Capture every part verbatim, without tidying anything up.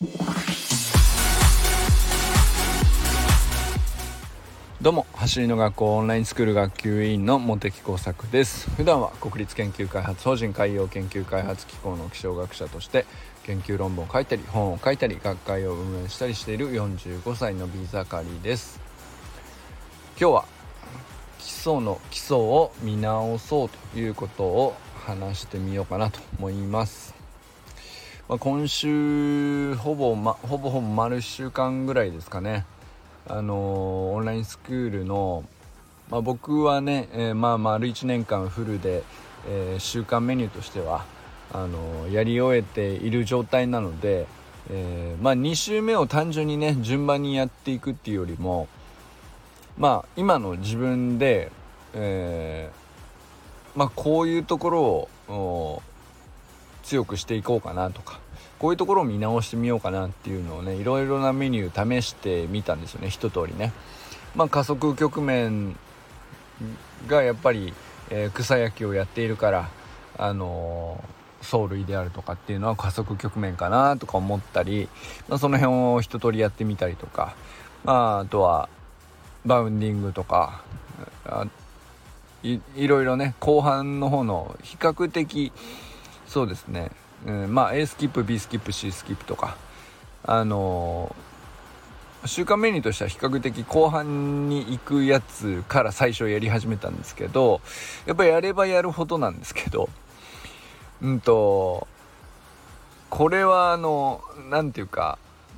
どうも、走りの学校オンラインスクール学級委員の茂木耕作です。普段は国立研究開発法人海洋研究開発機構の気象学者として研究論文を書いたり本を書いたり学会を運営したりしているよんじゅうごさいのビザカリです。今日は基礎の基礎を見直そうということを話してみようかなと思います。まあ、今週ほぼ、ま、ほぼほぼ丸いっしゅうかんぐらいですかね、あのー、オンラインスクールの、まあ、僕はね、えー、まあ丸いちねんかんフルで、えー、週間メニューとしてはあのー、やり終えている状態なので、えー、まあに週目を単純にね順番にやっていくっていうよりも、まあ今の自分で、えー、まあこういうところを強くしていこうかなとか、こういうところを見直してみようかなっていうのをね、いろいろなメニュー試してみたんですよね、一通りね。まあ加速局面がやっぱり、えー、草野球をやっているからあのー、走塁であるとかっていうのは加速局面かなとか思ったり、まあ、その辺を一通りやってみたりとか、まあ、あとはバウンディングとか あ い, いろいろね、後半の方の比較的そうですね、うん、まあ A スキップ B スキップ C スキップとかあのー、週間メニューとしては比較的後半に行くやつから最初やり始めたんですけど、やっぱりやればやるほどなんですけど、うんとこれはあのなんていうか、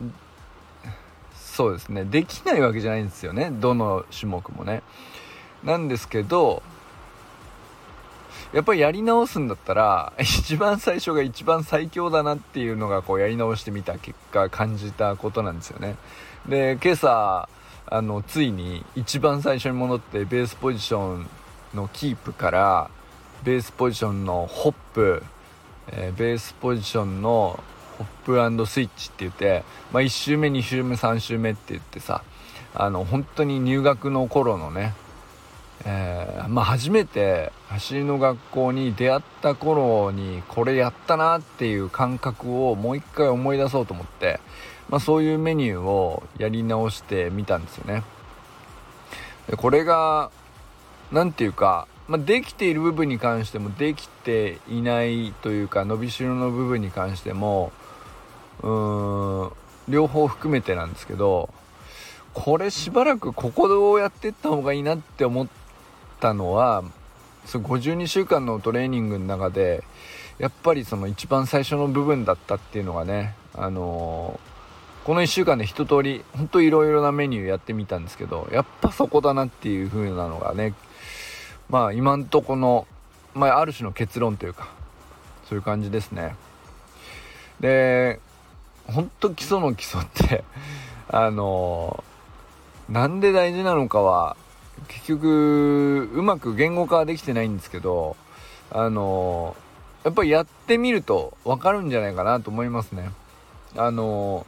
そうですね、できないわけじゃないんですよね、どの種目もね。なんですけどやっぱりやり直すんだったら一番最初が一番最強だなっていうのがこうやり直してみた結果感じたことなんですよね。で今朝あのついに一番最初に戻ってベースポジションのキープからベースポジションのホップ、えー、ベースポジションのホップ&スイッチって言って、まあ、いち周目に周目さん周目って言ってさ、あの本当に入学の頃のね、えーまあ、初めて走りの学校に出会った頃にこれやったなっていう感覚をもう一回思い出そうと思って、まあ、そういうメニューをやり直してみたんですよね。でこれがなんていうか、まあ、できている部分に関してもできていないというか伸びしろの部分に関してもうーん両方含めてなんですけど、これしばらくここをやっていった方がいいなって思ってたのは、そのごじゅうにしゅうかんのトレーニングの中でやっぱりその一番最初の部分だったっていうのがね、あのー、このいっしゅうかんで一通り本当いろいろなメニューやってみたんですけど、やっぱそこだなっていう風なのがね、まあ今んとこの、まあ、ある種の結論というかそういう感じですね。で本当基礎の基礎ってあのー、なんで大事なのかは結局うまく言語化はできてないんですけど、あのー、やっぱりやってみると分かるんじゃないかなと思いますね。あの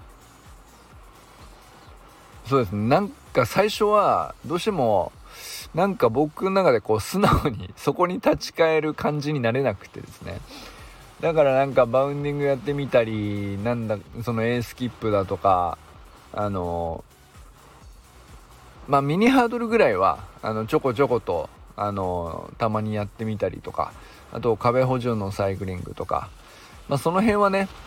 ー、そうですね、なんか最初はどうしてもなんか僕の中でこう素直にそこに立ち返る感じになれなくてですね、だからなんかバウンディングやってみたり、なんだその A スキップだとかあのーまあミニハードルぐらいはあのちょこちょことあのたまにやってみたりとか、あと壁補助のサイクリングとか、まあその辺はね、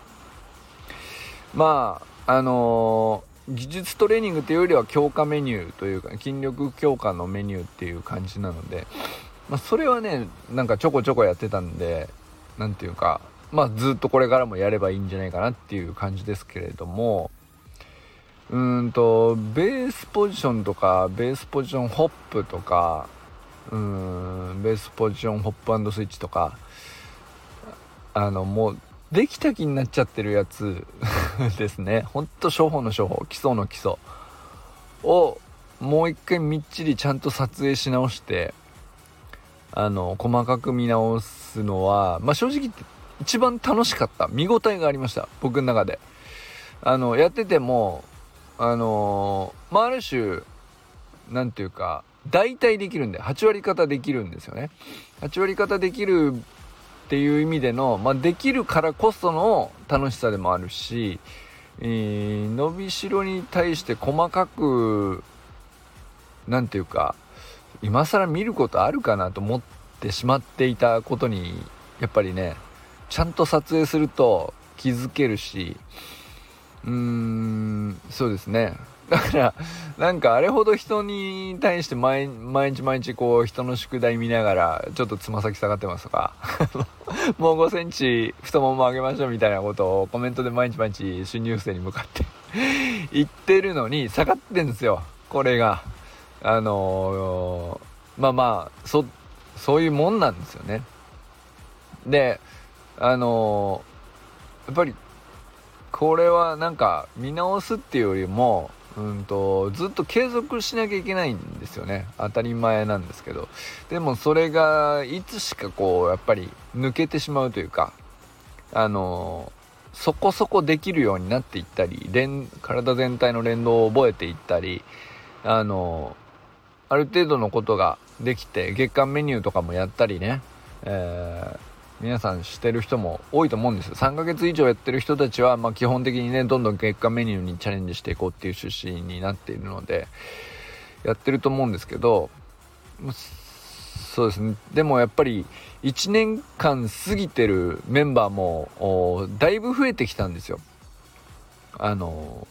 まああのー、技術トレーニングというよりは強化メニューというか筋力強化のメニューっていう感じなので、まあそれはねなんかちょこちょこやってたんで、なんていうかまあずっとこれからもやればいいんじゃないかなっていう感じですけれども、うーんとベースポジションとかベースポジションホップとかうーんベースポジションホップ&スイッチとか、あのもうできた気になっちゃってるやつですね。ほんと初歩の初歩、基礎の基礎をもう一回みっちりちゃんと撮影し直してあの細かく見直すのは、まあ正直言って一番楽しかった、見応えがありました、僕の中で。あのやっててもあのー、まあある種なんていうか大体できるんではち割方できるんですよね。はち割方できるっていう意味での、まあ、できるからこその楽しさでもあるし、 えー、伸びしろに対して細かくなんていうか今更見ることあるかなと思ってしまっていたことにやっぱりねちゃんと撮影すると気づけるし、うーんそうですね。だからなんかあれほど人に対して毎, 毎日毎日こう人の宿題見ながらちょっとつま先下がってますとかもうごセンチ太もも上げましょうみたいなことをコメントで毎日毎日新入生に向かって言ってるのに下がってんですよ。これがあのー、まあまあ そ, そういうもんなんですよね。であのー、やっぱりこれはなんか見直すっていうよりもうんとずっと継続しなきゃいけないんですよね。当たり前なんですけど、でもそれがいつしかこうやっぱり抜けてしまうというか、あのー、そこそこできるようになっていったり連体全体の連動を覚えていったり、あのー、ある程度のことができて月間メニューとかもやったりね、えー皆さんしてる人も多いと思うんですよ。さんかげつ以上やってる人たちは、まあ、基本的にねどんどん月間メニューにチャレンジしていこうっていう趣旨になっているのでやってると思うんですけど、そうですね。でもやっぱりいちねんかん過ぎてるメンバーもだいぶ増えてきたんですよ。あの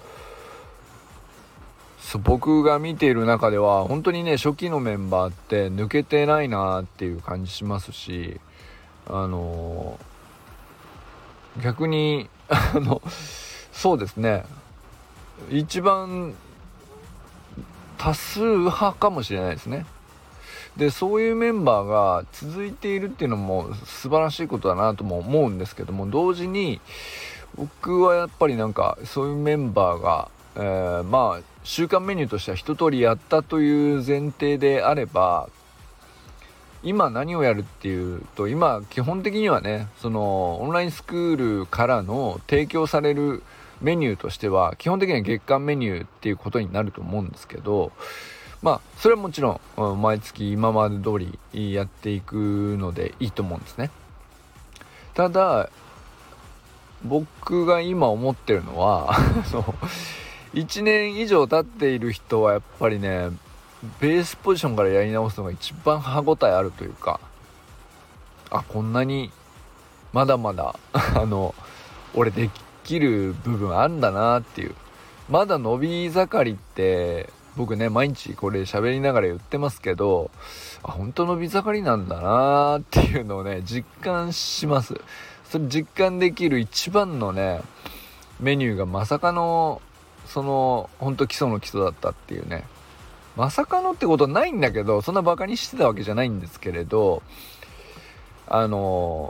そう僕が見ている中では本当にね初期のメンバーって抜けてないなっていう感じしますし、あのー、逆にあのそうですね一番多数派かもしれないですね。でそういうメンバーが続いているっていうのも素晴らしいことだなとも思うんですけども、同時に僕はやっぱりなんかそういうメンバーが、えー、まあ週間メニューとしては一通りやったという前提であれば今何をやるっていうと、今基本的にはねそのオンラインスクールからの提供されるメニューとしては基本的には月間メニューっていうことになると思うんですけど、まあそれはもちろん毎月今まで通りやっていくのでいいと思うんですね。ただ僕が今思ってるのはいちねん以上経っている人はやっぱりねベースポジションからやり直すのが一番歯応えあるというか、あこんなにまだまだあの俺できる部分あるんだなっていう、まだ伸び盛りって僕ね毎日これ喋りながら言ってますけど、あ本当伸び盛りなんだなっていうのをね実感します。それ実感できる一番のねメニューがまさかのその本当基礎の基礎だったっていうね、まさかのってことないんだけどそんなバカにしてたわけじゃないんですけれど、あの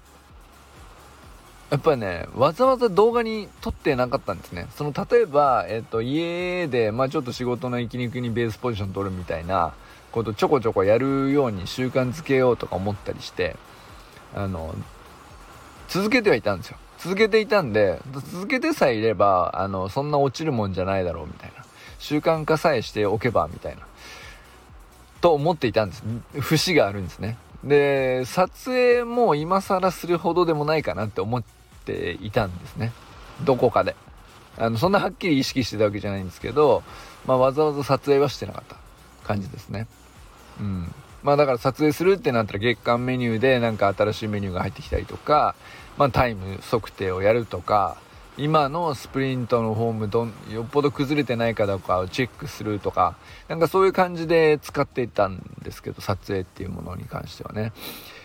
やっぱりねわざわざ動画に撮ってなかったんですね。その例えば、えっと、家で、まあ、ちょっと仕事の息抜きにベースポジション取るみたいなことちょこちょこやるように習慣づけようとか思ったりして、あの続けてはいたんですよ。続けていたんで続けてさえいればあのそんな落ちるもんじゃないだろうみたいな、習慣化さえしておけばみたいなと思っていたんです。節があるんですね。で撮影も今更するほどでもないかなって思っていたんですね、どこかで。あのそんなはっきり意識してたわけじゃないんですけど、まあ、わざわざ撮影はしてなかった感じですね。うんまあだから撮影するってなったら月間メニューでなんか新しいメニューが入ってきたりとか、まあ、タイム測定をやるとか、今のスプリントのフォームどんよっぽど崩れてないかどうかをチェックするとか、なんかそういう感じで使っていたんですけど、撮影っていうものに関してはね。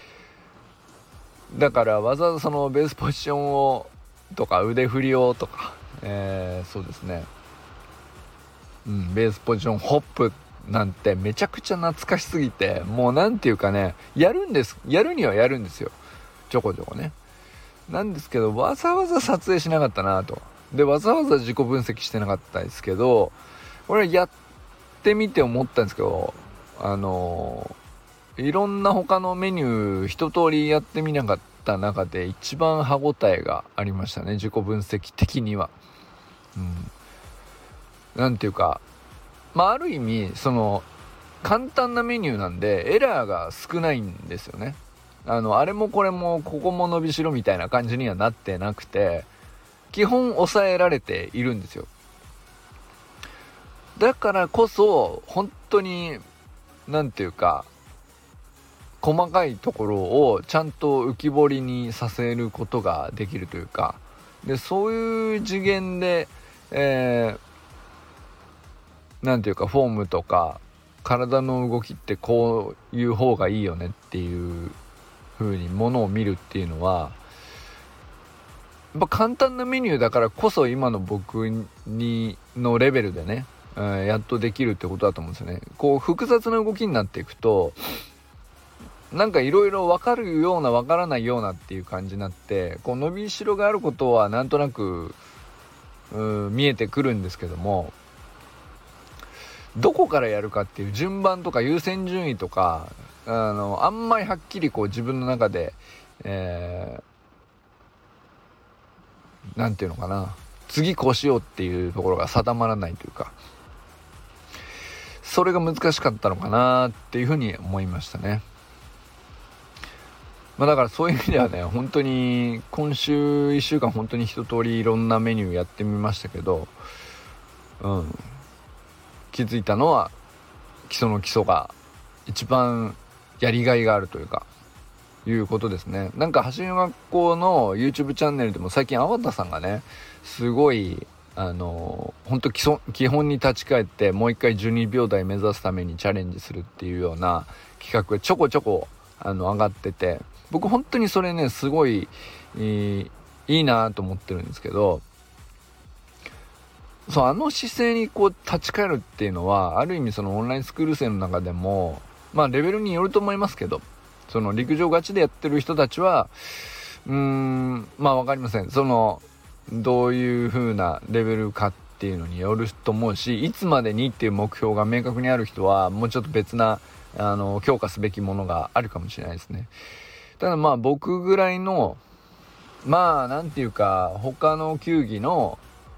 だからわざわざそのベースポジションをとか腕振りをとか、えー、そうですね、うん、ベースポジションホップなんてめちゃくちゃ懐かしすぎて、もうなんていうかねやるんですやるにはやるんですよ、ちょこちょこね。なんですけどわざわざ撮影しなかったなと。でわざわざ自己分析してなかったですけど、これやってみて思ったんですけど、あのー、いろんな他のメニュー一通りやってみなかった中で一番歯応えがありましたね、自己分析的には。うん、なんていうかまあある意味その簡単なメニューなんでエラーが少ないんですよね。あのあれもこれもここも伸びしろみたいな感じにはなってなくて、 基本抑えられているんですよ。だからこそ本当になんていうか細かいところをちゃんと浮き彫りにさせることができるというか、でそういう次元で、えー、なんていうかフォームとか体の動きってこういう方がいいよねっていう風にものを見るっていうのはやっぱ簡単なメニューだからこそ今の僕にのレベルでね、うん、やっとできるってことだと思うんですよね。こう複雑な動きになっていくとなんかいろいろ分かるような分からないようなっていう感じになって、こう伸びしろがあることはなんとなく見えてくるんですけども、どこからやるかっていう順番とか優先順位とかあのあんまりはっきりこう自分の中で、えー、なんていうのかな、次こうしようっていうところが定まらないというか、それが難しかったのかなっていうふうに思いましたね。まあ、だからそういう意味ではね、本当に今週いっしゅうかん本当に一通りいろんなメニューやってみましたけど、うん、気づいたのは基礎の基礎が一番やりがいがあるというかいうことですね。なんか走りの学校の YouTube チャンネルでも最近粟田さんがねすごいあの本当基礎基本に立ち返ってもう一回じゅうにびょう台目指すためにチャレンジするっていうような企画がちょこちょこあの上がってて、僕本当にそれねすごい、えー、いいなと思ってるんですけど、そうあの姿勢にこう立ち返るっていうのはある意味そのオンラインスクール生の中でもまあレベルによると思いますけど、その陸上ガチでやってる人たちはうーんまあ分かりません、そのどういう風なレベルかっていうのによると思うし、いつまでにっていう目標が明確にある人はもうちょっと別なあの強化すべきものがあるかもしれないですね。ただまあ僕ぐらいのまあなんていうか他の球技の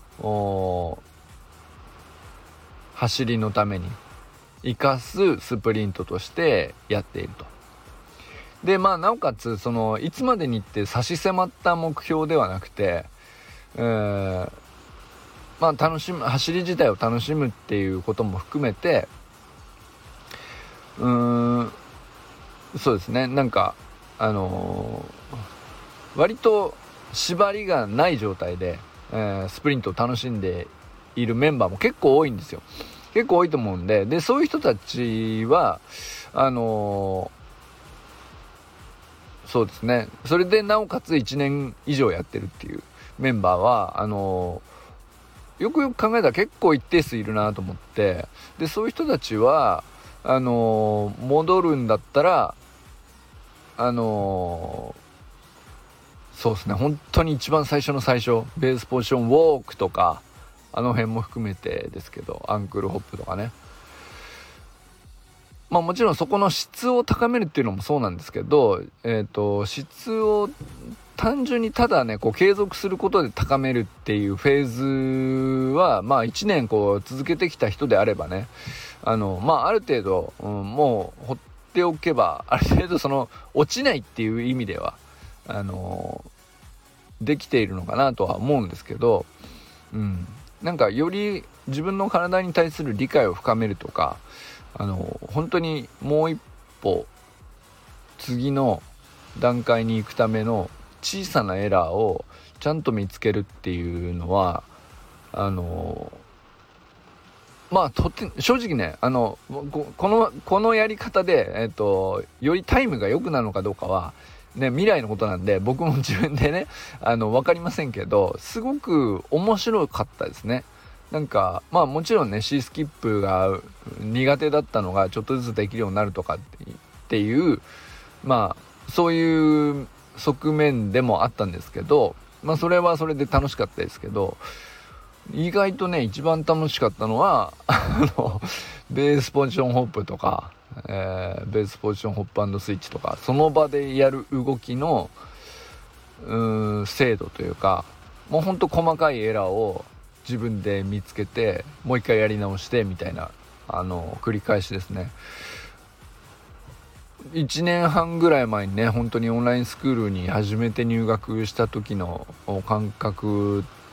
走りのために生かすスプリントとしてやっていると。でまあなおかつそのいつまでにって差し迫った目標ではなくて、えー、まあ楽しむ走り自体を楽しむっていうことも含めてうーんそうですね、なんかあのー、割と縛りがない状態で、えー、スプリントを楽しんでいるメンバーも結構多いんですよ。結構多いと思うんで、でそういう人たちはあのー、そうですね、それでなおかついちねん以上やってるっていうメンバーはあのー、よくよく考えたら結構一定数いるなと思って、でそういう人たちはあのー、戻るんだったらあのー、そうですね、本当に一番最初の最初ベースポジションウォークとかあの辺も含めてですけどアンクルホップとかね、まあもちろんそこの質を高めるっていうのもそうなんですけど、えーと質を単純にただねこう継続することで高めるっていうフェーズはまあいちねんこう続けてきた人であればね、あのまあある程度、うん、もうほっておけばある程度その落ちないっていう意味ではあのできているのかなとは思うんですけど、うん、なんかより自分の体に対する理解を深めるとか、あの本当にもう一歩次の段階に行くための小さなエラーをちゃんと見つけるっていうのはあのまあとって正直ねあのこのこのやり方で、えっと、よりタイムが良くなるのかどうかは、ね、未来のことなんで僕も自分でねあの分かりませんけど、すごく面白かったですね。なんかまあもちろんね C スキップが苦手だったのがちょっとずつできるようになるとかっていうまあそういう側面でもあったんですけど、まあそれはそれで楽しかったですけど、意外とね一番楽しかったのはあのベースポジションホップとか、えー、ベースポジションホップ&スイッチとかその場でやる動きのうーん精度というか、もうほんと細かいエラーを自分で見つけてもう一回やり直してみたいなあの繰り返しですね。いちねんはんぐらい前にね本当にオンラインスクールに初めて入学した時の感覚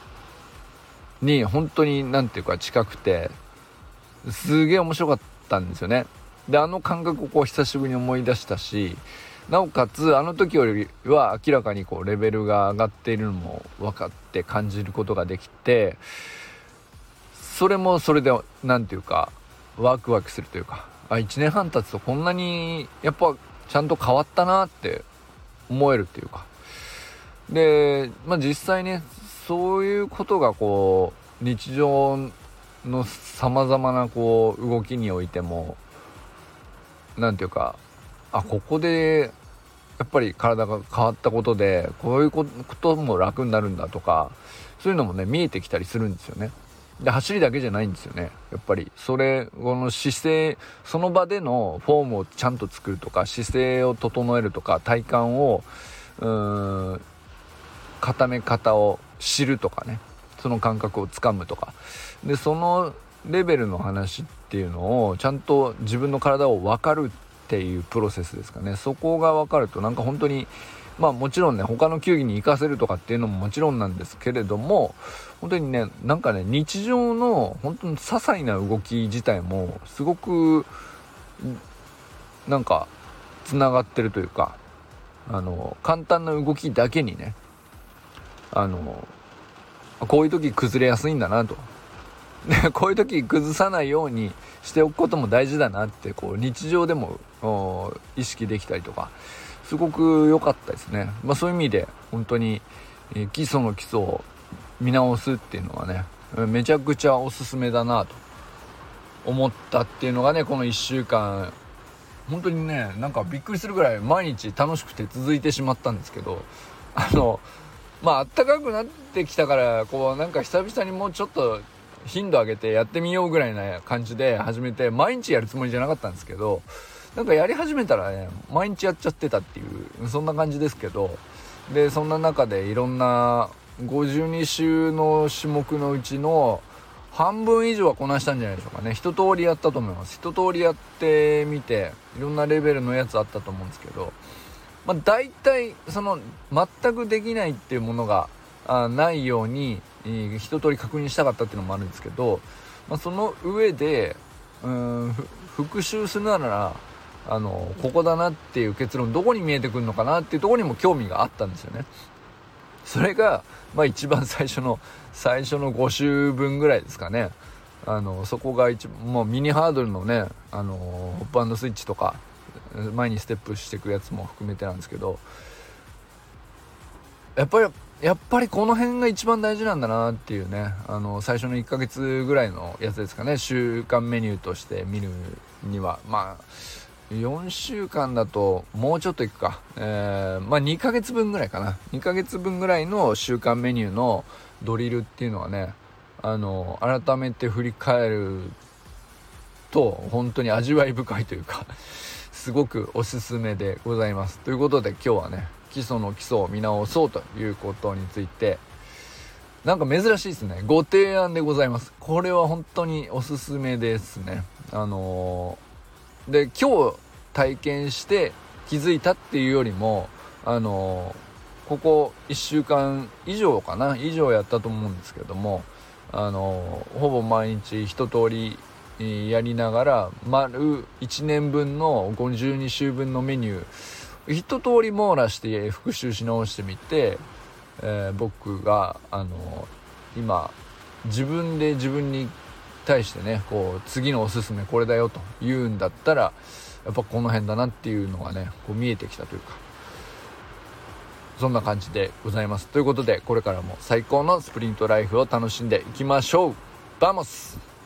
に本当になんていうか近くて、すげえ面白かったんですよね。であの感覚をこう久しぶりに思い出したし、なおかつあの時よりは明らかにこうレベルが上がっているのも分かって感じることができて、それもそれでなんていうかワクワクするというか、あいちねんはん経つとこんなにやっぱちゃんと変わったなって思えるっていうか、で、まあ、実際ねそういうことがこう日常のさまざまなこう動きにおいてもなんていうか、あここでやっぱり体が変わったことでこういうことも楽になるんだとか、そういうのもね見えてきたりするんですよね。で走りだけじゃないんですよね。やっぱりそれこの姿勢、その場でのフォームをちゃんと作るとか、姿勢を整えるとか、体幹をうーん固め方を知るとかね、その感覚をつかむとかで、そのレベルの話っていうのをちゃんと自分の体を分かるっていうプロセスですかね。そこが分かるとなんか本当にまあもちろんね他の球技に活かせるとかっていうのももちろんなんですけれども、本当にねなんかね日常の本当に些細な動き自体もすごくなんかつながってるというか、あの簡単な動きだけにね、あのこういう時崩れやすいんだなと、でこういう時崩さないようにしておくことも大事だなってこう日常でも意識できたりとか、すごく良かったですね。まあそういう意味で本当に、えー、基礎の基礎を見直すっていうのはねめちゃくちゃおすすめだなと思ったっていうのがね、このいっしゅうかん本当にねなんかびっくりするぐらい毎日楽しくて続いてしまったんですけど、あのまあ暖かくなってきたからこうなんか久々にもうちょっと頻度上げてやってみようぐらいな感じで始めて、毎日やるつもりじゃなかったんですけど、なんかやり始めたらね毎日やっちゃってたっていうそんな感じですけど、でそんな中でいろんなごじゅうに週の種目のうちの半分以上はこなしたんじゃないでしょうかね。一通りやったと思います。一通りやってみていろんなレベルのやつあったと思うんですけど、まあ大体その全くできないっていうものがあないように一通り確認したかったっていうのもあるんですけど、まあ、その上でうーん復習するならあのここだなっていう結論どこに見えてくるのかなっていうところにも興味があったんですよね。それがまあ一番最初の最初のご週分ぐらいですかね。あのそこが一もうミニハードルのねあのホップ&スイッチとか前にステップしていくやつも含めてなんですけど、やっぱりやっぱりこの辺が一番大事なんだなっていうね、あの最初のいっかげつぐらいのやつですかね。週間メニューとして見るにはまあよんしゅうかんだともうちょっといくか、えー、まあにかげつぶんぐらいかな、にかげつぶんぐらいの週間メニューのドリルっていうのはね、あの改めて振り返ると本当に味わい深いというかすごくおすすめでございます。ということで今日はね基礎の基礎を見直そうということについて、なんか珍しいですね、ご提案でございます。これは本当におすすめですね。あのー、で今日体験して気づいたっていうよりも、あのー、ここいっしゅうかん以上かな以上やったと思うんですけども、あのー、ほぼ毎日一通りやりながら丸いちねんぶんのごじゅうに週分のメニュー一通り網羅して復習し直してみて、えー、僕があの今自分で自分に対してねこう次のおすすめこれだよと言うんだったらやっぱこの辺だなっていうのがねこう見えてきたというか、そんな感じでございます。ということでこれからも最高のスプリントライフを楽しんでいきましょう。バモス。